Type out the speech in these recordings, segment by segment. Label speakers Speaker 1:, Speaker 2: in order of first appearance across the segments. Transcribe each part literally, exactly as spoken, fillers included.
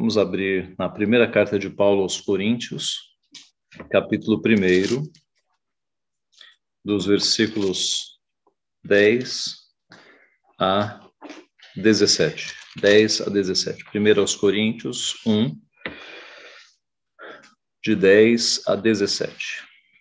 Speaker 1: Vamos abrir na primeira carta de Paulo aos Coríntios, capítulo um, dos versículos dez a dezessete. dez a dezessete. Primeiro aos Coríntios um, de dez a dezessete.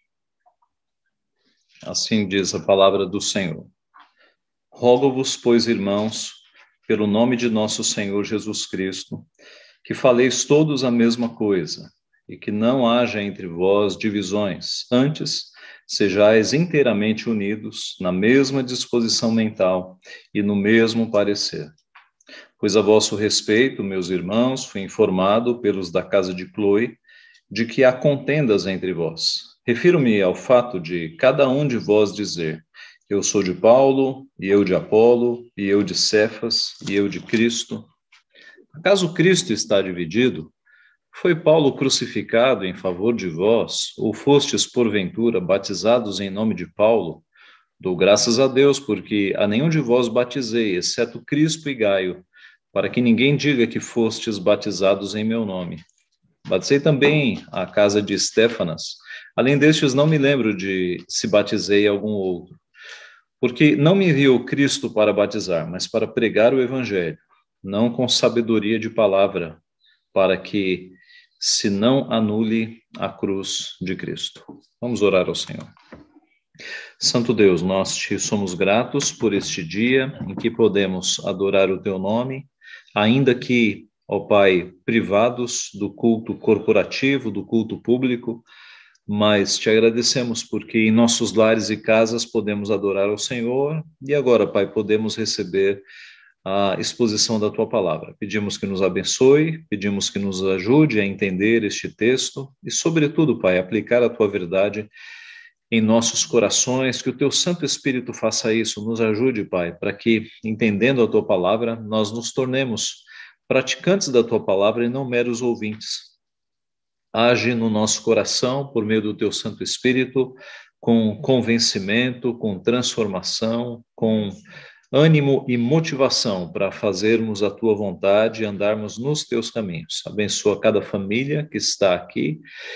Speaker 1: Assim diz a palavra do Senhor. Rogo-vos, pois, irmãos, pelo nome de nosso Senhor Jesus Cristo, que faleis todos a mesma coisa, e que não haja entre vós divisões, antes sejais inteiramente unidos na mesma disposição mental e no mesmo parecer. Pois a vosso respeito, meus irmãos, fui informado pelos da casa de Cloe de que há contendas entre vós. Refiro-me ao fato de cada um de vós dizer: eu sou de Paulo, e eu de Apolo, e eu de Cefas, e eu de Cristo. Acaso Cristo está dividido? Foi Paulo crucificado em favor de vós, ou fostes, porventura, batizados em nome de Paulo? Dou graças a Deus, porque a nenhum de vós batizei, exceto Crispo e Gaio, para que ninguém diga que fostes batizados em meu nome. Batizei também a casa de Estéfanas. Além destes, não me lembro de se batizei algum outro. Porque não me enviou Cristo para batizar, mas para pregar o evangelho, não com sabedoria de palavra, para que se não anule a cruz de Cristo. Vamos orar ao Senhor. Santo Deus, nós te somos gratos por este dia em que podemos adorar o teu nome, ainda que, ó Pai, privados do culto corporativo, do culto público, mas te agradecemos porque em nossos lares e casas podemos adorar ao Senhor e agora, Pai, podemos receber a exposição da tua palavra. Pedimos que nos abençoe, pedimos que nos ajude a entender este texto e, sobretudo, Pai, aplicar a tua verdade em nossos corações, que o teu Santo Espírito faça isso, nos ajude, Pai, para que, entendendo a tua palavra, nós nos tornemos praticantes da tua palavra e não meros ouvintes. Age no nosso coração por meio do teu Santo Espírito, com convencimento, com transformação, com ânimo e motivação para fazermos a tua vontade e andarmos nos teus caminhos. Abençoa cada família que está aqui,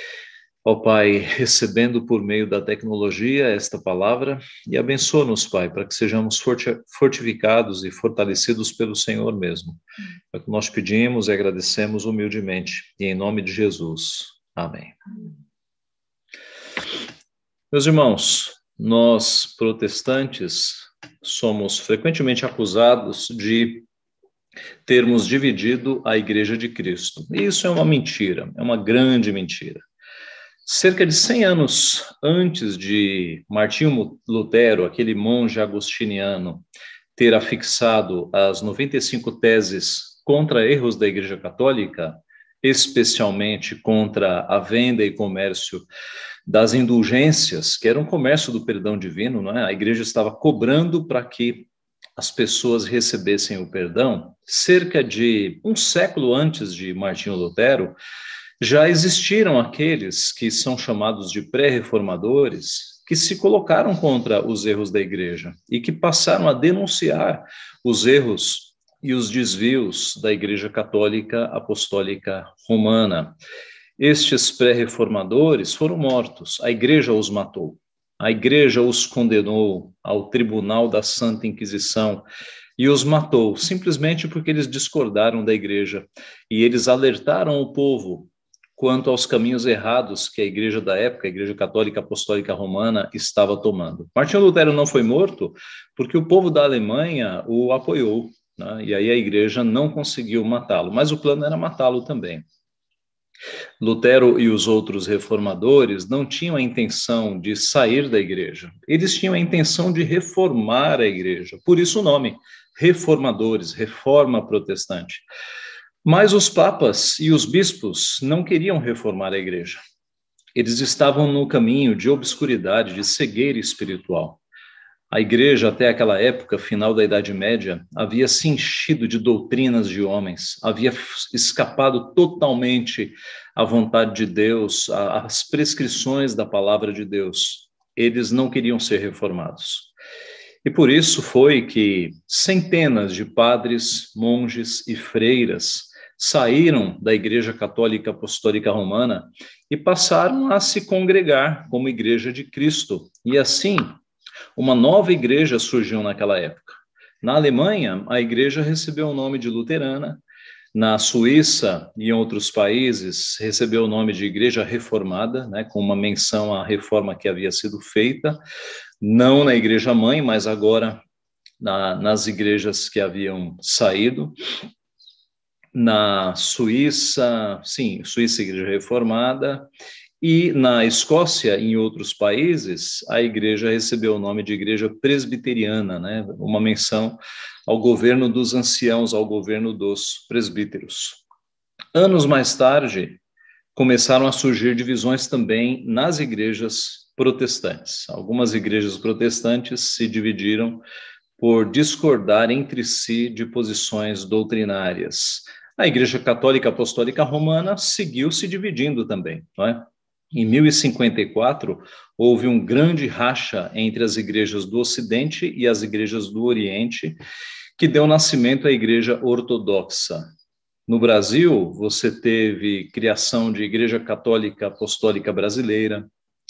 Speaker 1: ó Pai, recebendo por meio da tecnologia esta palavra, e abençoa-nos, Pai, para que sejamos fortificados e fortalecidos pelo Senhor mesmo. É o que nós pedimos e agradecemos humildemente, e em nome de Jesus. Amém. Meus irmãos, nós protestantes somos frequentemente acusados de termos dividido a Igreja de Cristo. E isso é uma mentira, é uma grande mentira. Cerca de cem anos antes de Martinho Lutero, aquele monge agostiniano, ter afixado as noventa e cinco teses contra erros da Igreja Católica, especialmente contra a venda e comércio das indulgências, que era um comércio do perdão divino, não é? A igreja estava cobrando para que as pessoas recebessem o perdão. Cerca de um século antes de Martinho Lutero, já existiram aqueles que são chamados de pré-reformadores, que se colocaram contra os erros da igreja e que passaram a denunciar os erros e os desvios da Igreja Católica Apostólica Romana. Estes pré-reformadores foram mortos, a igreja os matou, a igreja os condenou ao tribunal da Santa Inquisição e os matou, simplesmente porque eles discordaram da igreja e eles alertaram o povo quanto aos caminhos errados que a igreja da época, a Igreja Católica Apostólica Romana, estava tomando. Martinho Lutero não foi morto porque o povo da Alemanha o apoiou, né? E aí a igreja não conseguiu matá-lo, mas o plano era matá-lo também. Lutero e os outros reformadores não tinham a intenção de sair da igreja, eles tinham a intenção de reformar a igreja, por isso o nome, reformadores, reforma protestante. Mas os papas e os bispos não queriam reformar a igreja, eles estavam no caminho de obscuridade, de cegueira espiritual. A igreja, até aquela época, final da Idade Média, havia se enchido de doutrinas de homens, havia escapado totalmente à vontade de Deus, às prescrições da palavra de Deus. Eles não queriam ser reformados. E por isso foi que centenas de padres, monges e freiras saíram da Igreja Católica Apostólica Romana e passaram a se congregar como Igreja de Cristo. E assim, uma nova igreja surgiu naquela época. Na Alemanha, a igreja recebeu o nome de luterana. Na Suíça e em outros países, recebeu o nome de Igreja Reformada, né, com uma menção à reforma que havia sido feita, não na Igreja Mãe, mas agora na, nas igrejas que haviam saído. Na Suíça, sim, Suíça Igreja Reformada, e na Escócia e em outros países, a igreja recebeu o nome de Igreja Presbiteriana, né, uma menção ao governo dos anciãos, ao governo dos presbíteros. Anos mais tarde, começaram a surgir divisões também nas igrejas protestantes. Algumas igrejas protestantes se dividiram por discordar entre si de posições doutrinárias. A Igreja Católica Apostólica Romana seguiu se dividindo também, não é? Em mil e cinquenta e quatro, houve um grande racha entre as igrejas do Ocidente e as igrejas do Oriente, que deu nascimento à Igreja Ortodoxa. No Brasil, você teve criação de Igreja Católica Apostólica Brasileira,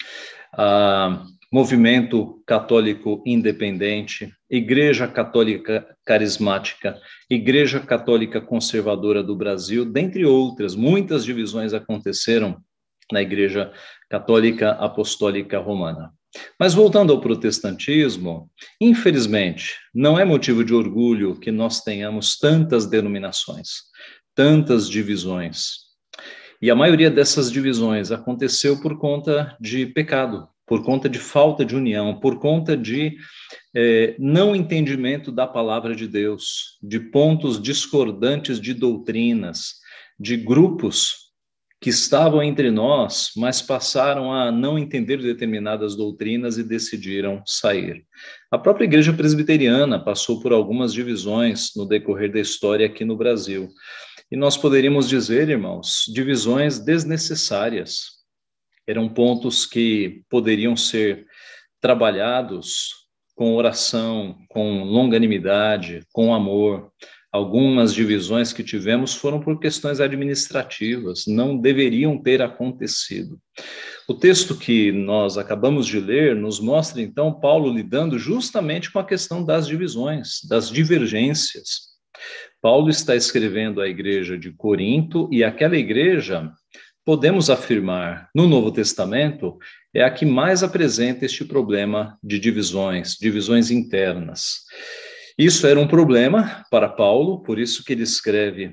Speaker 1: a Movimento Católico Independente, Igreja Católica Carismática, Igreja Católica Conservadora do Brasil, dentre outras. Muitas divisões aconteceram na Igreja Católica Apostólica Romana. Mas voltando ao protestantismo, infelizmente, não é motivo de orgulho que nós tenhamos tantas denominações, tantas divisões. E a maioria dessas divisões aconteceu por conta de pecado, por conta de falta de união, por conta de eh, não entendimento da palavra de Deus, de pontos discordantes de doutrinas, de grupos que estavam entre nós, mas passaram a não entender determinadas doutrinas e decidiram sair. A própria Igreja Presbiteriana passou por algumas divisões no decorrer da história aqui no Brasil. E nós poderíamos dizer, irmãos, divisões desnecessárias. Eram pontos que poderiam ser trabalhados com oração, com longanimidade, com amor. Algumas divisões que tivemos foram por questões administrativas, não deveriam ter acontecido. O texto que nós acabamos de ler nos mostra, então, Paulo lidando justamente com a questão das divisões, das divergências. Paulo está escrevendo à igreja de Corinto, e aquela igreja, podemos afirmar, no Novo Testamento, é a que mais apresenta este problema de divisões, divisões internas. Isso era um problema para Paulo, por isso que ele escreve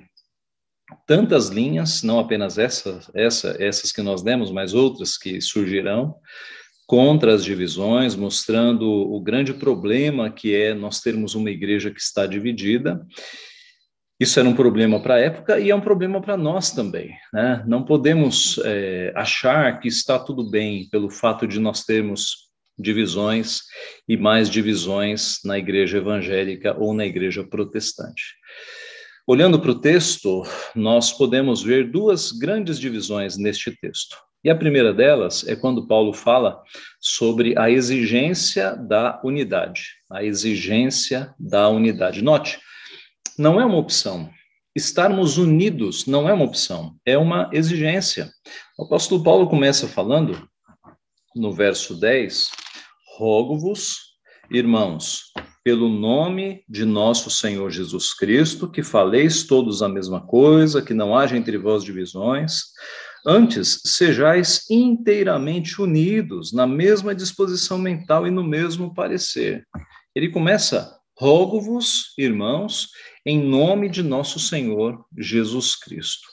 Speaker 1: tantas linhas, não apenas essas, essa, essas que nós demos, mas outras que surgirão, contra as divisões, mostrando o grande problema que é nós termos uma igreja que está dividida. Isso era um problema para a época e é um problema para nós também, né? Não podemos é, achar que está tudo bem pelo fato de nós termos divisões e mais divisões na igreja evangélica ou na igreja protestante. Olhando para o texto, nós podemos ver duas grandes divisões neste texto. E a primeira delas é quando Paulo fala sobre a exigência da unidade, a exigência da unidade. Note, não é uma opção. Estarmos unidos não é uma opção, é uma exigência. O apóstolo Paulo começa falando, no verso dez, rogo-vos, irmãos, pelo nome de nosso Senhor Jesus Cristo, que faleis todos a mesma coisa, que não haja entre vós divisões, antes sejais inteiramente unidos, na mesma disposição mental e no mesmo parecer. Ele começa, rogo-vos, irmãos, em nome de nosso Senhor Jesus Cristo.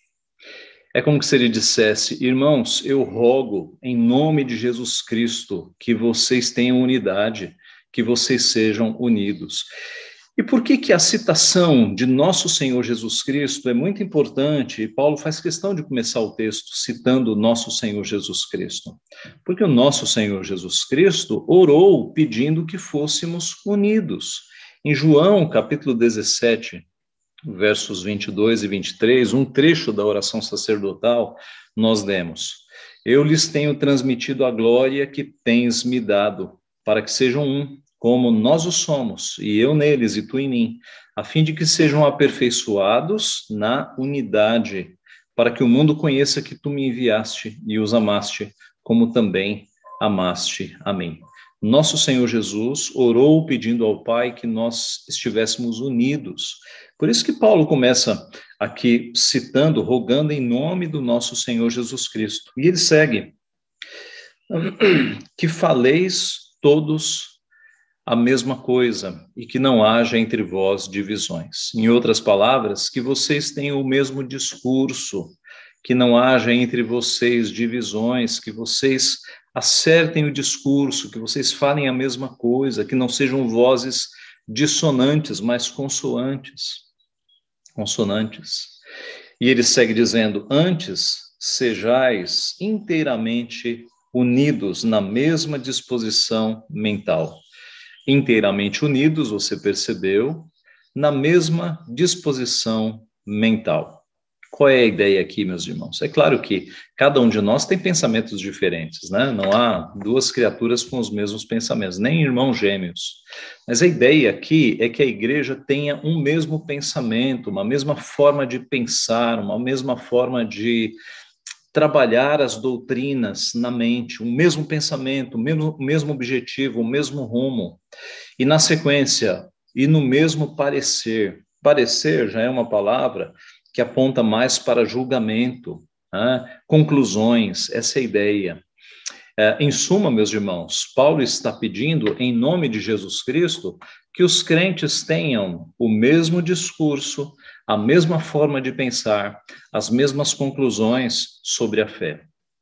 Speaker 1: É como se ele dissesse, irmãos, eu rogo em nome de Jesus Cristo que vocês tenham unidade, que vocês sejam unidos. E por que que a citação de nosso Senhor Jesus Cristo é muito importante? E Paulo faz questão de começar o texto citando nosso Senhor Jesus Cristo. Porque o nosso Senhor Jesus Cristo orou pedindo que fôssemos unidos. Em João, capítulo dezessete, versos vinte e dois e vinte e três, um trecho da oração sacerdotal, nós lemos: eu lhes tenho transmitido a glória que tens me dado, para que sejam um, como nós o somos, e eu neles e tu em mim, a fim de que sejam aperfeiçoados na unidade, para que o mundo conheça que tu me enviaste e os amaste, como também amaste a mim. Nosso Senhor Jesus orou pedindo ao Pai que nós estivéssemos unidos. Por isso que Paulo começa aqui citando, rogando em nome do nosso Senhor Jesus Cristo. E ele segue: que faleis todos a mesma coisa e que não haja entre vós divisões. Em outras palavras, que vocês tenham o mesmo discurso, que não haja entre vocês divisões, que vocês acertem o discurso, que vocês falem a mesma coisa, que não sejam vozes dissonantes, mas consoantes. Consonantes. E ele segue dizendo: antes sejais inteiramente unidos na mesma disposição mental. Inteiramente unidos, você percebeu, na mesma disposição mental. Qual é a ideia aqui, meus irmãos? É claro que cada um de nós tem pensamentos diferentes, né? Não há duas criaturas com os mesmos pensamentos, nem irmãos gêmeos. Mas a ideia aqui é que a igreja tenha um mesmo pensamento, uma mesma forma de pensar, uma mesma forma de trabalhar as doutrinas na mente, o mesmo pensamento, o mesmo, o mesmo objetivo, o mesmo rumo. E na sequência, e no mesmo parecer. Parecer já é uma palavra que aponta mais para julgamento, né? Conclusões, essa é a ideia. É, em suma, meus irmãos, Paulo está pedindo, em nome de Jesus Cristo, que os crentes tenham o mesmo discurso, a mesma forma de pensar, as mesmas conclusões sobre a fé.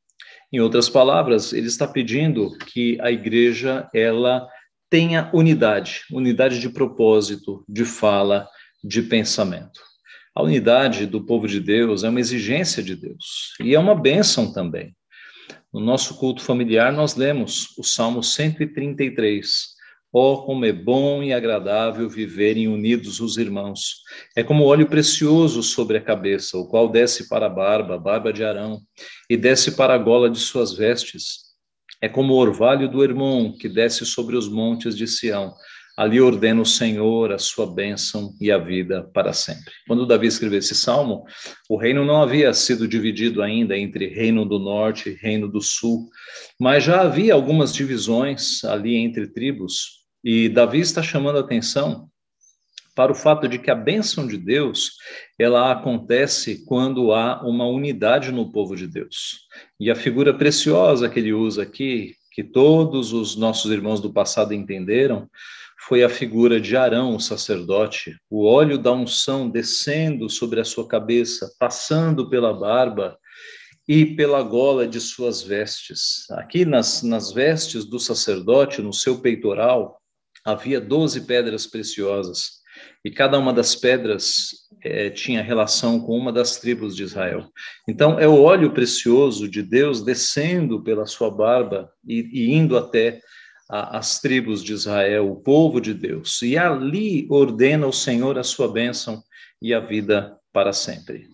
Speaker 1: Em outras palavras, ele está pedindo que a igreja ela tenha unidade, unidade de propósito, de fala, de pensamento. A unidade do povo de Deus é uma exigência de Deus e é uma bênção também. No nosso culto familiar, nós lemos o Salmo cento e trinta e três. Oh, como é bom e agradável viverem unidos os irmãos. É como óleo precioso sobre a cabeça, o qual desce para a barba, a barba de Arão, e desce para a gola de suas vestes. É como o orvalho do Hermon, que desce sobre os montes de Sião. Ali ordena o Senhor a sua bênção e a vida para sempre. Quando Davi escreveu esse salmo, o reino não havia sido dividido ainda entre reino do norte e reino do sul, mas já havia algumas divisões ali entre tribos, e Davi está chamando a atenção para o fato de que a bênção de Deus, ela acontece quando há uma unidade no povo de Deus. E a figura preciosa que ele usa aqui, que todos os nossos irmãos do passado entenderam, foi a figura de Arão, o sacerdote, o óleo da unção descendo sobre a sua cabeça, passando pela barba e pela gola de suas vestes. Aqui nas, nas vestes do sacerdote, no seu peitoral, havia doze pedras preciosas, e cada uma das pedras é, tinha relação com uma das tribos de Israel. Então, é o óleo precioso de Deus descendo pela sua barba e, e indo até a, as tribos de Israel, o povo de Deus. E ali ordena o Senhor a sua bênção e a vida para sempre.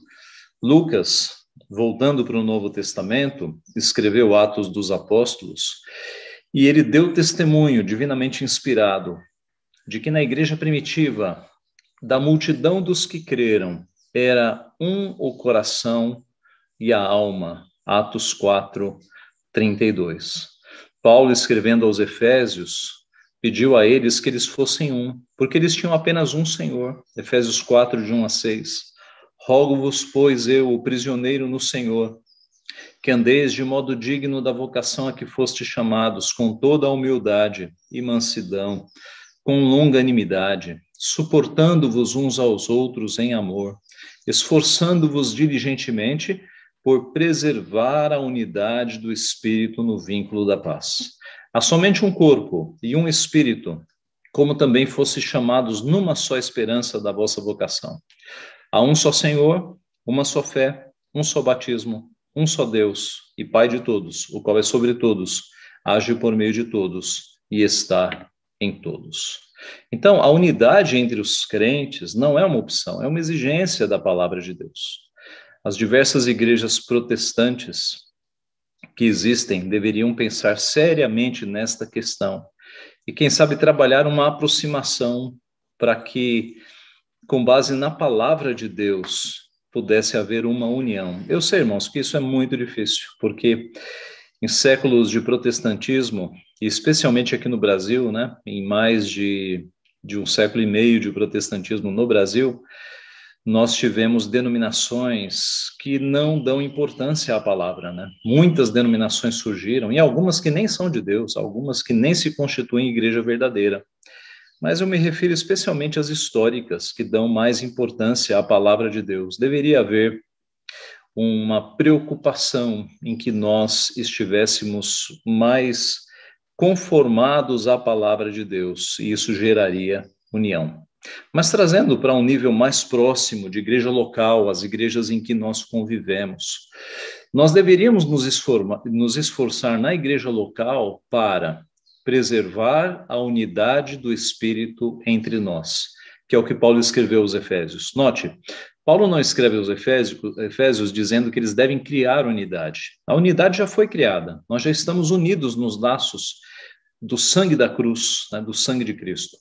Speaker 1: Lucas, voltando para o Novo Testamento, escreveu Atos dos Apóstolos, e ele deu testemunho divinamente inspirado de que na igreja primitiva, da multidão dos que creram, era um o coração e a alma. Atos quatro, trinta e dois. Paulo, escrevendo aos Efésios, pediu a eles que eles fossem um, porque eles tinham apenas um Senhor. Efésios quatro, de um a seis. Rogo-vos, pois eu, o prisioneiro no Senhor, que andeis de modo digno da vocação a que foste chamados, com toda a humildade e mansidão, com longanimidade, suportando-vos uns aos outros em amor, esforçando-vos diligentemente por preservar a unidade do Espírito no vínculo da paz. Há somente um corpo e um Espírito, como também fostes chamados numa só esperança da vossa vocação. Há um só Senhor, uma só fé, um só batismo, um só Deus e Pai de todos, o qual é sobre todos, age por meio de todos e está em todos. Então, a unidade entre os crentes não é uma opção, é uma exigência da palavra de Deus. As diversas igrejas protestantes que existem deveriam pensar seriamente nesta questão e quem sabe trabalhar uma aproximação para que, com base na palavra de Deus, pudesse haver uma união. Eu sei, irmãos, que isso é muito difícil, porque em séculos de protestantismo, e especialmente aqui no Brasil, né, em mais de, de um século e meio de protestantismo no Brasil, nós tivemos denominações que não dão importância à palavra, né? Muitas denominações surgiram, e algumas que nem são de Deus, algumas que nem se constituem igreja verdadeira. Mas eu me refiro especialmente às históricas, que dão mais importância à palavra de Deus. Deveria haver uma preocupação em que nós estivéssemos mais conformados à palavra de Deus, e isso geraria união. Mas trazendo para um nível mais próximo de igreja local, as igrejas em que nós convivemos, nós deveríamos nos, esforma, nos esforçar na igreja local para preservar a unidade do Espírito entre nós, que é o que Paulo escreveu aos Efésios. Note, Paulo não escreve aos Efésios, Efésios dizendo que eles devem criar unidade. A unidade já foi criada, nós já estamos unidos nos laços do sangue da cruz, né, do sangue de Cristo.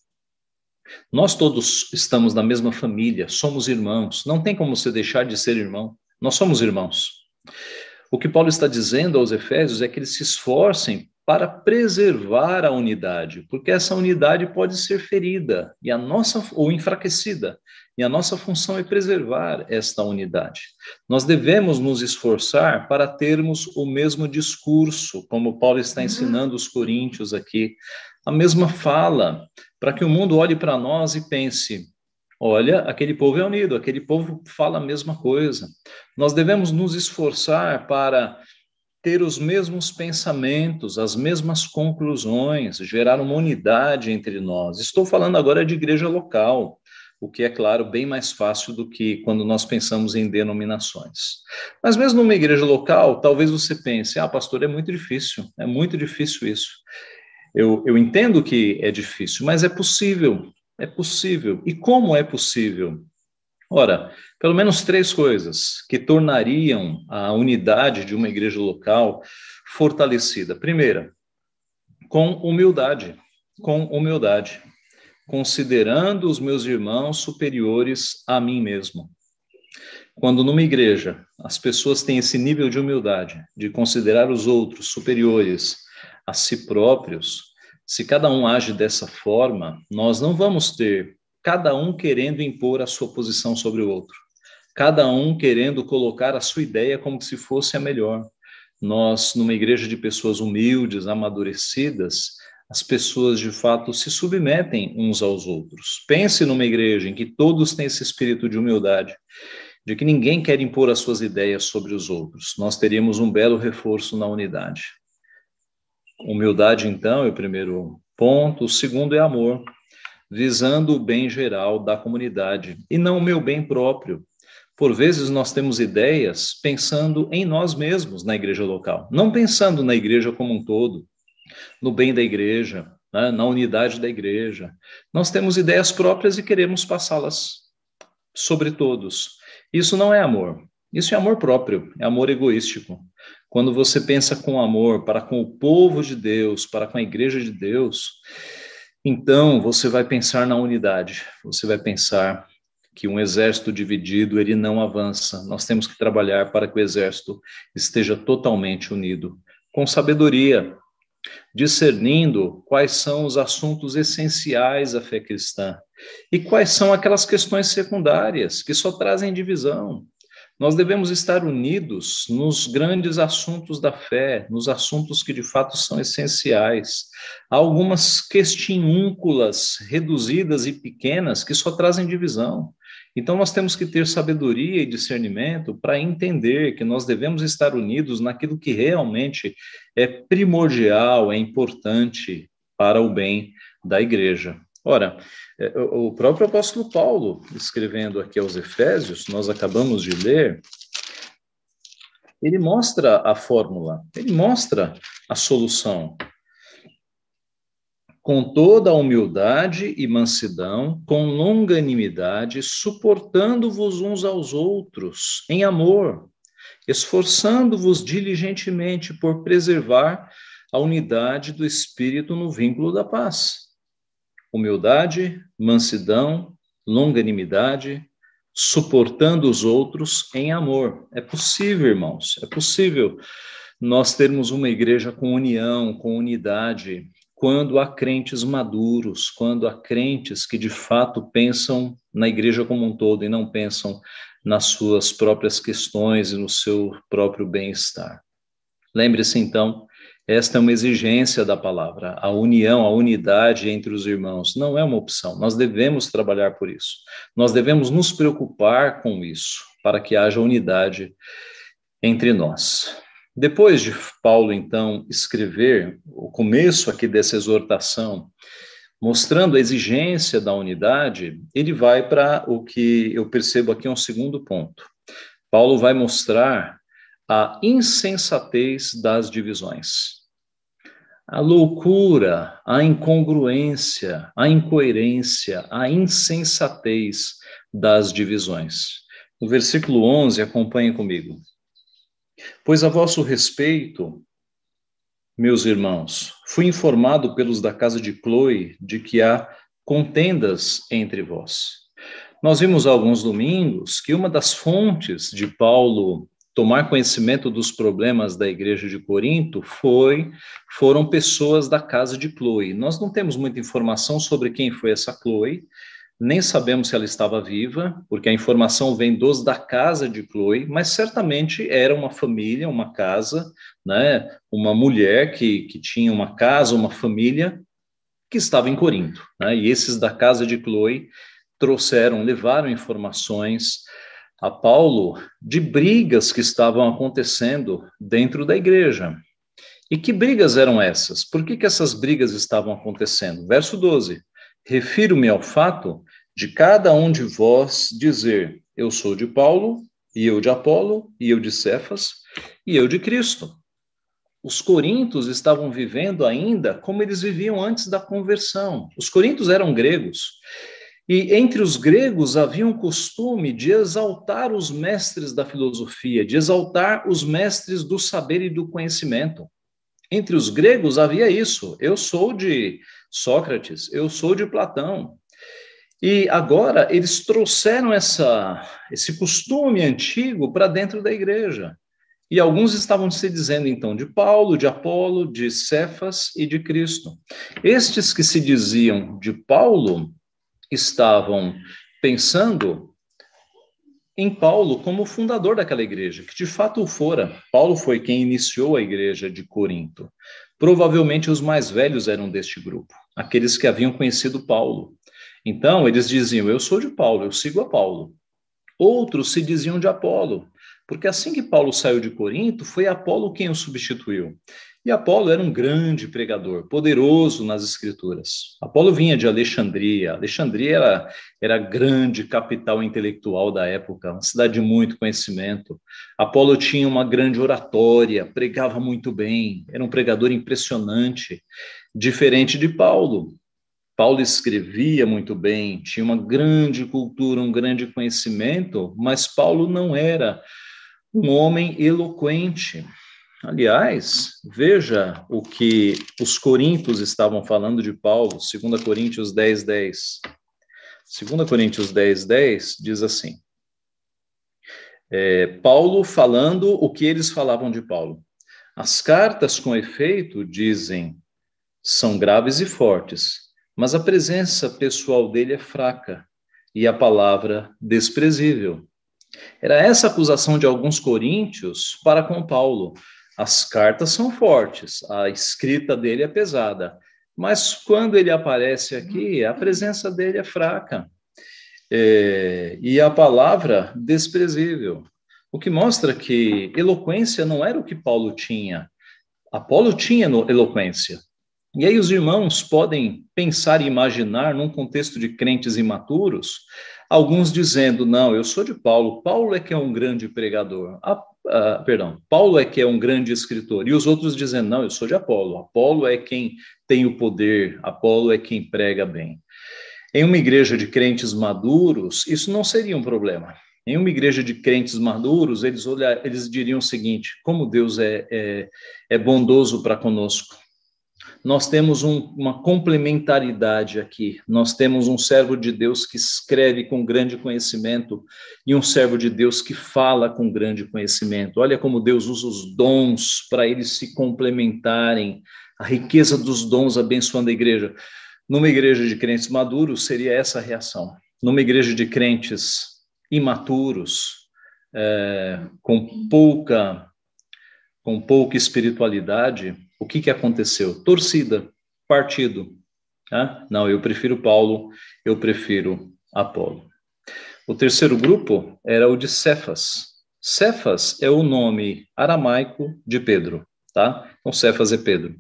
Speaker 1: Nós todos estamos na mesma família, somos irmãos, não tem como você deixar de ser irmão, nós somos irmãos. O que Paulo está dizendo aos Efésios é que eles se esforcem para preservar a unidade, porque essa unidade pode ser ferida e a nossa, ou enfraquecida, e a nossa função é preservar esta unidade. Nós devemos nos esforçar para termos o mesmo discurso, como Paulo está ensinando os coríntios aqui, a mesma fala, para que o mundo olhe para nós e pense, olha, aquele povo é unido, aquele povo fala a mesma coisa. Nós devemos nos esforçar para ter os mesmos pensamentos, as mesmas conclusões, gerar uma unidade entre nós. Estou falando agora de igreja local, o que é, claro, bem mais fácil do que quando nós pensamos em denominações. Mas mesmo numa igreja local, talvez você pense, ah, pastor, é muito difícil, é muito difícil isso. Eu, eu entendo que é difícil, mas é possível, é possível. E como é possível? Ora, pelo menos três coisas que tornariam a unidade de uma igreja local fortalecida. Primeira, com humildade, com humildade, considerando os meus irmãos superiores a mim mesmo. Quando numa igreja as pessoas têm esse nível de humildade, de considerar os outros superiores a si próprios, se cada um age dessa forma, nós não vamos ter cada um querendo impor a sua posição sobre o outro, cada um querendo colocar a sua ideia como se fosse a melhor. Nós, numa igreja de pessoas humildes, amadurecidas, as pessoas de fato se submetem uns aos outros. Pense numa igreja em que todos têm esse espírito de humildade, de que ninguém quer impor as suas ideias sobre os outros. Nós teríamos um belo reforço na unidade. Humildade, então, é o primeiro ponto. O segundo é amor, visando o bem geral da comunidade e não o meu bem próprio. Por vezes nós temos ideias pensando em nós mesmos na igreja local, não pensando na igreja como um todo, no bem da igreja, né, na unidade da igreja. Nós temos ideias próprias e queremos passá-las sobre todos. Isso não é amor, isso é amor próprio, é amor egoístico. Quando você pensa com amor para com o povo de Deus, para com a igreja de Deus, então você vai pensar na unidade, você vai pensar que um exército dividido, ele não avança. Nós temos que trabalhar para que o exército esteja totalmente unido, com sabedoria, discernindo quais são os assuntos essenciais à fé cristã e quais são aquelas questões secundárias que só trazem divisão. Nós devemos estar unidos nos grandes assuntos da fé, nos assuntos que de fato são essenciais. Há algumas questiúnculas reduzidas e pequenas que só trazem divisão. Então nós temos que ter sabedoria e discernimento para entender que nós devemos estar unidos naquilo que realmente é primordial, é importante para o bem da igreja. Ora, o próprio apóstolo Paulo, escrevendo aqui aos Efésios, nós acabamos de ler, ele mostra a fórmula, ele mostra a solução. Com toda a humildade e mansidão, com longanimidade, suportando-vos uns aos outros em amor, esforçando-vos diligentemente por preservar a unidade do Espírito no vínculo da paz. Humildade, mansidão, longanimidade, suportando os outros em amor. É possível, irmãos, é possível nós termos uma igreja com união, com unidade, quando há crentes maduros, quando há crentes que de fato pensam na igreja como um todo e não pensam nas suas próprias questões e no seu próprio bem-estar. Lembre-se, então, esta é uma exigência da palavra. A união, a unidade entre os irmãos não é uma opção. Nós devemos trabalhar por isso. Nós devemos nos preocupar com isso, para que haja unidade entre nós. Depois de Paulo, então, escrever o começo aqui dessa exortação, mostrando a exigência da unidade, ele vai para o que eu percebo aqui é um segundo ponto. Paulo vai mostrar a insensatez das divisões. A loucura, a incongruência, a incoerência, a insensatez das divisões. No versículo onze, acompanhem comigo. Pois a vosso respeito, meus irmãos, fui informado pelos da casa de Cloe de que há contendas entre vós. Nós vimos há alguns domingos que uma das fontes de Paulo tomar conhecimento dos problemas da igreja de Corinto foi, foram pessoas da casa de Cloe. Nós não temos muita informação sobre quem foi essa Cloe, nem sabemos se ela estava viva, porque a informação vem dos da casa de Cloe, mas certamente era uma família, uma casa, né, uma mulher que, que tinha uma casa, uma família, que estava em Corinto, né, e esses da casa de Cloe trouxeram, levaram informações a Paulo de brigas que estavam acontecendo dentro da igreja. E que brigas eram essas? Por que que essas brigas estavam acontecendo? Verso doze. Refiro-me ao fato de cada um de vós dizer, eu sou de Paulo, e eu de Apolo, e eu de Cefas, e eu de Cristo. Os coríntios estavam vivendo ainda como eles viviam antes da conversão. Os coríntios eram gregos. E entre os gregos havia um costume de exaltar os mestres da filosofia, de exaltar os mestres do saber e do conhecimento. Entre os gregos havia isso. Eu sou de Sócrates, eu sou de Platão. E agora eles trouxeram essa, esse costume antigo para dentro da igreja. E alguns estavam se dizendo, então, de Paulo, de Apolo, de Cefas e de Cristo. Estes que se diziam de Paulo estavam pensando em Paulo como fundador daquela igreja, que de fato o fora. Paulo foi quem iniciou a igreja de Corinto. Provavelmente os mais velhos eram deste grupo, aqueles que haviam conhecido Paulo. Então, eles diziam, eu sou de Paulo, eu sigo a Paulo. Outros se diziam de Apolo, porque assim que Paulo saiu de Corinto, foi Apolo quem o substituiu. E Apolo era um grande pregador, poderoso nas escrituras. Apolo vinha de Alexandria. Alexandria era, era a grande capital intelectual da época, uma cidade de muito conhecimento. Apolo tinha uma grande oratória, pregava muito bem, era um pregador impressionante, diferente de Paulo. Paulo escrevia muito bem, tinha uma grande cultura, um grande conhecimento, mas Paulo não era um homem eloquente. Aliás, veja o que os coríntios estavam falando de Paulo, dois Coríntios dez, dez. dois Coríntios dez, dez diz assim, é, Paulo falando o que eles falavam de Paulo. As cartas, com efeito, dizem, são graves e fortes, mas a presença pessoal dele é fraca e a palavra desprezível. Era essa acusação de alguns coríntios para com Paulo. As cartas são fortes, a escrita dele é pesada, mas quando ele aparece aqui, a presença dele é fraca, é, e a palavra desprezível, o que mostra que eloquência não era o que Paulo tinha. Apolo tinha eloquência, e aí os irmãos podem pensar e imaginar, num contexto de crentes imaturos, alguns dizendo, não, eu sou de Paulo, Paulo é que é um grande pregador, a, a, perdão, Paulo é que é um grande escritor, e os outros dizendo, não, eu sou de Apolo, Apolo é quem tem o poder, Apolo é quem prega bem. Em uma igreja de crentes maduros, isso não seria um problema. Em uma igreja de crentes maduros, eles, olhar, eles diriam o seguinte: como Deus é, é, é bondoso para conosco. Nós temos um, uma complementaridade aqui. Nós temos um servo de Deus que escreve com grande conhecimento e um servo de Deus que fala com grande conhecimento. Olha como Deus usa os dons para eles se complementarem. A riqueza dos dons abençoando a igreja. Numa igreja de crentes maduros, seria essa a reação. Numa igreja de crentes imaturos, é, com pouca, com pouca espiritualidade, o que, que aconteceu? Torcida, partido. Né? Não, eu prefiro Paulo, eu prefiro Apolo. O terceiro grupo era o de Cefas. Cefas é o nome aramaico de Pedro, tá? Então, Cefas é Pedro.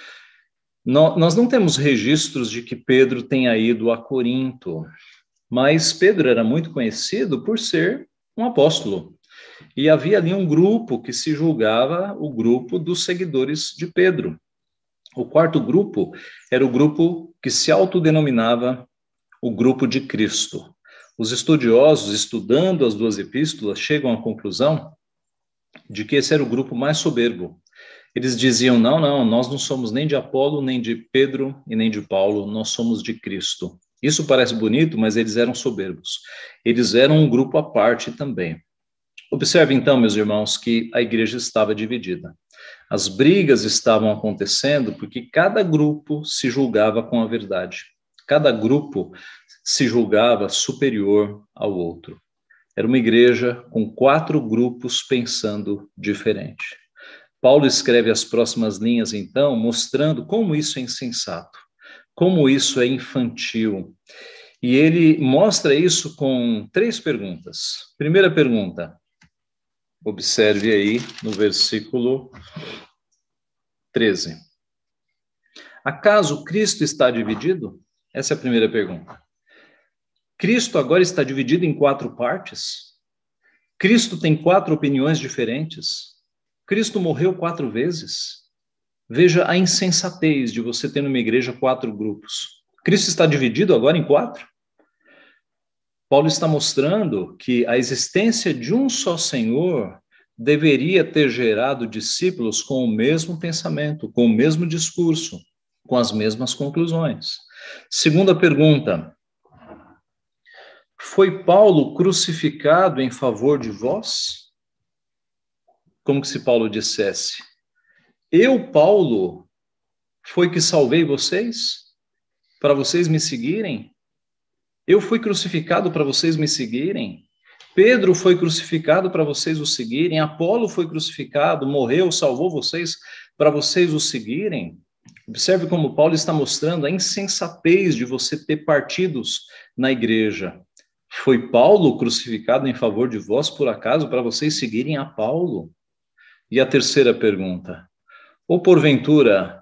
Speaker 1: Nós não temos registros de que Pedro tenha ido a Corinto, mas Pedro era muito conhecido por ser um apóstolo. E havia ali um grupo que se julgava o grupo dos seguidores de Pedro. O quarto grupo era o grupo que se autodenominava o grupo de Cristo. Os estudiosos, estudando as duas epístolas, chegam à conclusão de que esse era o grupo mais soberbo. Eles diziam, não, não, nós não somos nem de Apolo, nem de Pedro e nem de Paulo, nós somos de Cristo. Isso parece bonito, mas eles eram soberbos. Eles eram um grupo à parte também. Observe então, meus irmãos, que a igreja estava dividida. As brigas estavam acontecendo porque cada grupo se julgava com a verdade. Cada grupo se julgava superior ao outro. Era uma igreja com quatro grupos pensando diferente. Paulo escreve as próximas linhas, então, mostrando como isso é insensato, como isso é infantil. E ele mostra isso com três perguntas. Primeira pergunta, observe aí no versículo treze. Acaso Cristo está dividido? Essa é a primeira pergunta. Cristo agora está dividido em quatro partes? Cristo tem quatro opiniões diferentes? Cristo morreu quatro vezes? Veja a insensatez de você ter numa igreja quatro grupos. Cristo está dividido agora em quatro? Paulo está mostrando que a existência de um só Senhor deveria ter gerado discípulos com o mesmo pensamento, com o mesmo discurso, com as mesmas conclusões. Segunda pergunta. Foi Paulo crucificado em favor de vós? Como que se Paulo dissesse, eu, Paulo, foi que salvei vocês, para vocês me seguirem? Eu fui crucificado para vocês me seguirem? Pedro foi crucificado para vocês o seguirem? Apolo foi crucificado, morreu, salvou vocês para vocês o seguirem? Observe como Paulo está mostrando a insensatez de você ter partidos na igreja. Foi Paulo crucificado em favor de vós, por acaso, para vocês seguirem a Paulo? E a terceira pergunta, ou porventura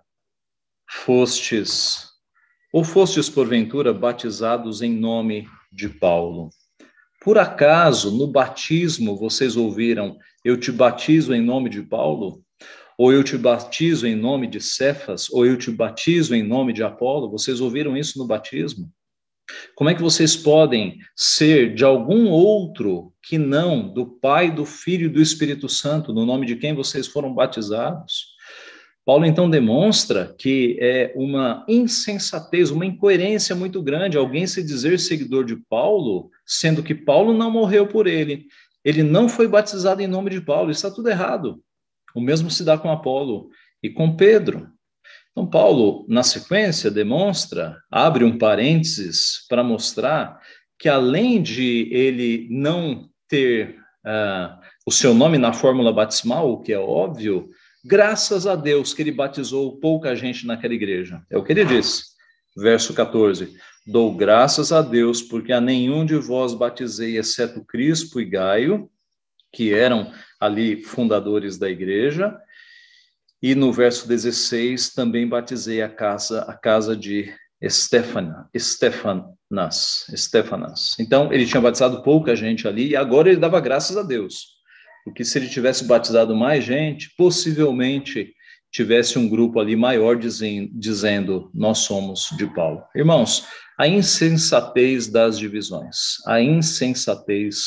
Speaker 1: fostes, ou fostes porventura batizados em nome de Paulo? Por acaso, no batismo, vocês ouviram, eu te batizo em nome de Paulo? Ou eu te batizo em nome de Cefas? Ou eu te batizo em nome de Apolo? Vocês ouviram isso no batismo? Como é que vocês podem ser de algum outro que não do Pai, do Filho e do Espírito Santo, no nome de quem vocês foram batizados? Paulo, então, demonstra que é uma insensatez, uma incoerência muito grande alguém se dizer seguidor de Paulo, sendo que Paulo não morreu por ele, ele não foi batizado em nome de Paulo, está tudo errado. O mesmo se dá com Apolo e com Pedro. Então, Paulo, na sequência, demonstra, abre um parênteses para mostrar que, além de ele não ter uh, o seu nome na fórmula batismal, o que é óbvio, graças a Deus que ele batizou pouca gente naquela igreja. É o que ele diz, verso quatorze. Dou graças a Deus, porque a nenhum de vós batizei, exceto Crispo e Gaio, que eram ali fundadores da igreja. E no verso dezesseis, também batizei a casa, a casa de Estefana, Estefanas, Estefanas. Então, ele tinha batizado pouca gente ali, e agora ele dava graças a Deus. Porque se ele tivesse batizado mais gente, possivelmente tivesse um grupo ali maior dizendo, dizendo nós somos de Paulo. Irmãos, a insensatez das divisões, a insensatez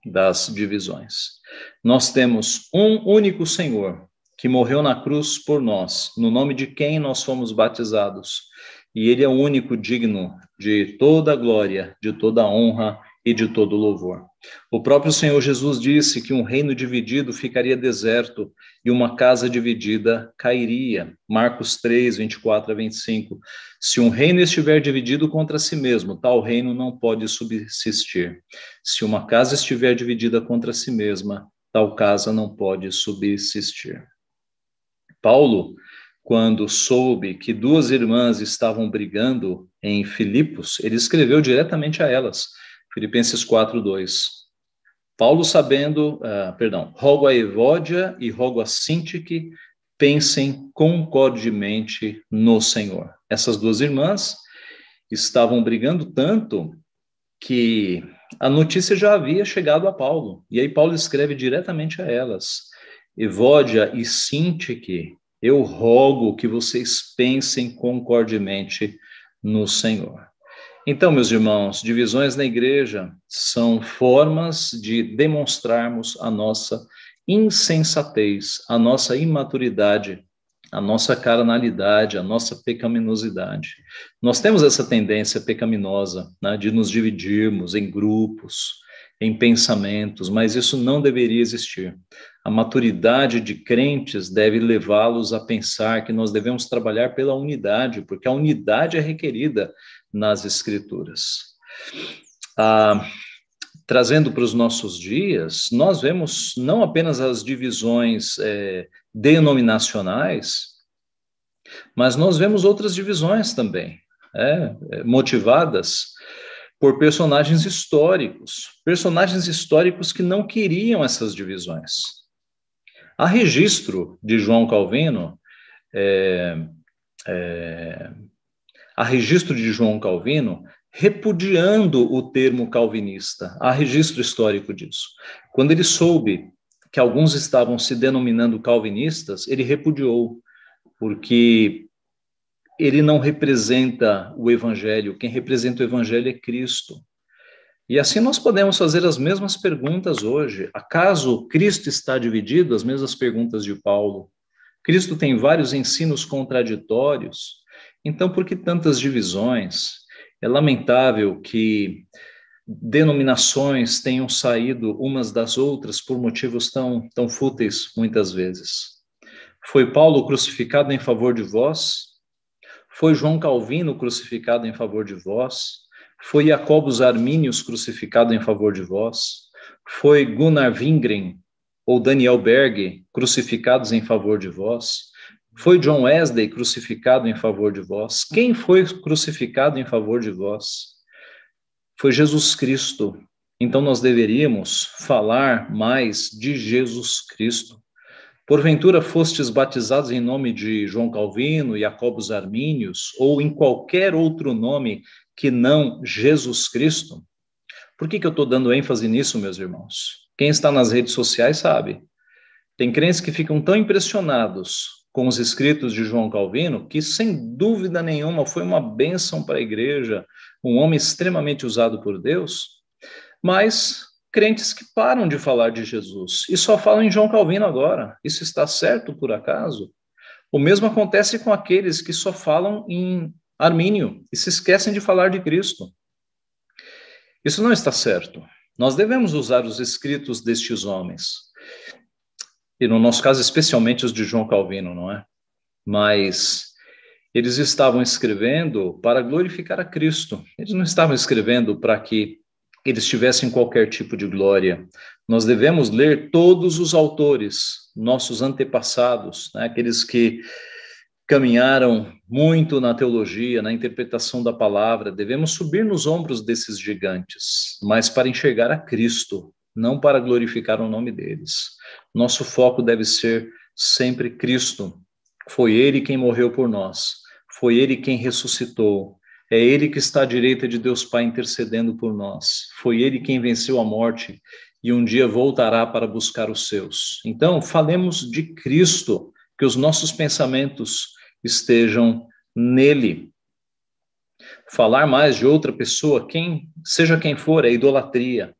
Speaker 1: das divisões. Nós temos um único Senhor, que morreu na cruz por nós, no nome de quem nós fomos batizados. E ele é o único digno de toda a glória, de toda a honra e de todo o louvor. O próprio Senhor Jesus disse que um reino dividido ficaria deserto e uma casa dividida cairia. Marcos três, vinte e quatro a vinte e cinco. Se um reino estiver dividido contra si mesmo, tal reino não pode subsistir. Se uma casa estiver dividida contra si mesma, tal casa não pode subsistir. Paulo, quando soube que duas irmãs estavam brigando em Filipos, ele escreveu diretamente a elas, Filipenses quatro, dois. Paulo, sabendo, uh, perdão, rogo a Evódia e rogo a Sintique, pensem concordemente no Senhor. Essas duas irmãs estavam brigando tanto que a notícia já havia chegado a Paulo. E aí Paulo escreve diretamente a elas, Evódia e Sintique, eu rogo que vocês pensem concordemente no Senhor. Então, meus irmãos, divisões na igreja são formas de demonstrarmos a nossa insensatez, a nossa imaturidade, a nossa carnalidade, a nossa pecaminosidade. Nós temos essa tendência pecaminosa, né, de nos dividirmos em grupos, em pensamentos, mas isso não deveria existir. A maturidade de crentes deve levá-los a pensar que nós devemos trabalhar pela unidade, porque a unidade é requerida nas Escrituras. Ah, trazendo para os nossos dias, nós vemos não apenas as divisões é, denominacionais, mas nós vemos outras divisões também, é, motivadas por personagens históricos, personagens históricos que não queriam essas divisões. Há registro de João Calvino, é, é, há registro de João Calvino repudiando o termo calvinista. Há registro histórico disso. Quando ele soube que alguns estavam se denominando calvinistas, ele repudiou, porque ele não representa o evangelho. Quem representa o evangelho é Cristo. E assim nós podemos fazer as mesmas perguntas hoje. Acaso Cristo está dividido? As mesmas perguntas de Paulo. Cristo tem vários ensinos contraditórios. Então, por que tantas divisões? É lamentável que denominações tenham saído umas das outras por motivos tão, tão fúteis, muitas vezes. Foi Paulo crucificado em favor de vós? Foi João Calvino crucificado em favor de vós? Foi Jacobus Arminius crucificado em favor de vós? Foi Gunnar Wingren ou Daniel Berg crucificados em favor de vós? Foi John Wesley crucificado em favor de vós? Quem foi crucificado em favor de vós? Foi Jesus Cristo. Então nós deveríamos falar mais de Jesus Cristo. Porventura fostes batizados em nome de João Calvino, Jacobus Arminius, ou em qualquer outro nome que não Jesus Cristo? Por que que eu estou dando ênfase nisso, meus irmãos? Quem está nas redes sociais sabe. Tem crentes que ficam tão impressionados com os escritos de João Calvino, que sem dúvida nenhuma foi uma bênção para a igreja, um homem extremamente usado por Deus, mas crentes que param de falar de Jesus e só falam em João Calvino agora. Isso está certo, por acaso? O mesmo acontece com aqueles que só falam em Armínio e se esquecem de falar de Cristo. Isso não está certo. Nós devemos usar os escritos destes homens, e no nosso caso, especialmente os de João Calvino, não é? Mas eles estavam escrevendo para glorificar a Cristo. Eles não estavam escrevendo para que eles tivessem qualquer tipo de glória. Nós devemos ler todos os autores, nossos antepassados, né? Aqueles que caminharam muito na teologia, na interpretação da palavra. Devemos subir nos ombros desses gigantes, mas para enxergar a Cristo, não para glorificar o nome deles. Nosso foco deve ser sempre Cristo. Foi Ele quem morreu por nós. Foi Ele quem ressuscitou. É Ele que está à direita de Deus Pai intercedendo por nós. Foi Ele quem venceu a morte e um dia voltará para buscar os seus. Então, falemos de Cristo, que os nossos pensamentos estejam nele. Falar mais de outra pessoa, quem, seja quem for, é idolatria.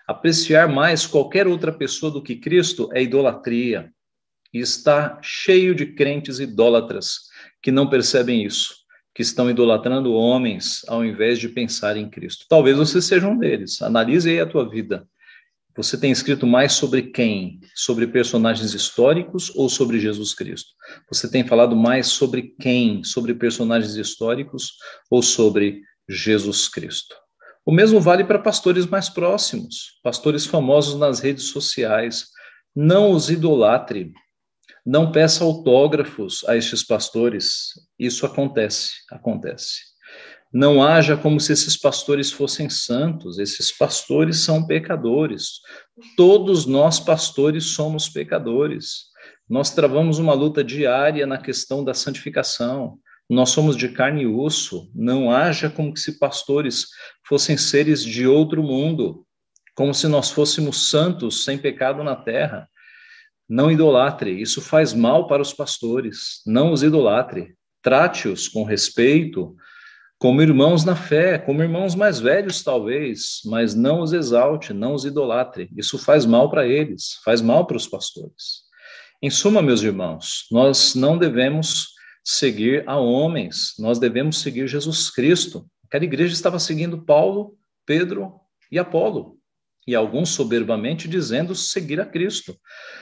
Speaker 1: Apreciar mais qualquer outra pessoa do que Cristo é idolatria. E está cheio de crentes idólatras que não percebem isso, que estão idolatrando homens ao invés de pensar em Cristo. Talvez você seja um deles. Analise aí a tua vida. Você tem escrito mais sobre quem? Sobre personagens históricos ou sobre Jesus Cristo? Você tem falado mais sobre quem? Sobre personagens históricos ou sobre Jesus Cristo? O mesmo vale para pastores mais próximos, pastores famosos nas redes sociais. Não os idolatre. Não peça autógrafos a estes pastores. Isso acontece, acontece. Não haja como se esses pastores fossem santos. Esses pastores são pecadores. Todos nós, pastores, somos pecadores. Nós travamos uma luta diária na questão da santificação. Nós somos de carne e osso. Não haja como se pastores fossem seres de outro mundo, como se nós fôssemos santos sem pecado na terra. Não idolatre, isso faz mal para os pastores. Não os idolatre. Trate-os com respeito, como irmãos na fé, como irmãos mais velhos talvez, mas não os exalte, não os idolatre. Isso faz mal para eles, faz mal para os pastores. Em suma, meus irmãos, nós não devemos seguir a homens, nós devemos seguir Jesus Cristo. Aquela igreja estava seguindo Paulo, Pedro e Apolo, e alguns soberbamente dizendo seguir a Cristo.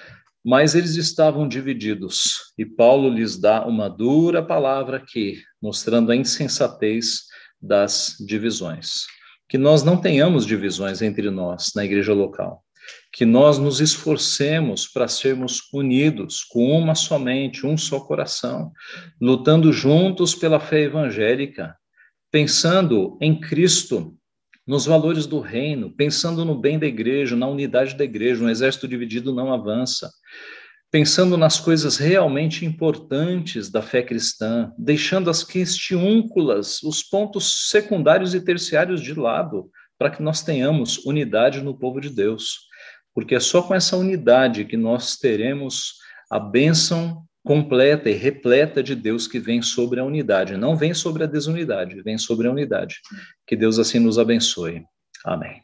Speaker 1: Mas eles estavam divididos, e Paulo lhes dá uma dura palavra aqui, mostrando a insensatez das divisões. Que nós não tenhamos divisões entre nós na igreja local, que nós nos esforcemos para sermos unidos com uma só mente, um só coração, lutando juntos pela fé evangélica, pensando em Cristo, nos valores do reino, pensando no bem da igreja, na unidade da igreja. Um exército dividido não avança. Pensando nas coisas realmente importantes da fé cristã, deixando as questiúnculas, os pontos secundários e terciários de lado, para que nós tenhamos unidade no povo de Deus. Porque é só com essa unidade que nós teremos a bênção completa e repleta de Deus que vem sobre a unidade. Não vem sobre a desunidade, vem sobre a unidade. Que Deus assim nos abençoe. Amém.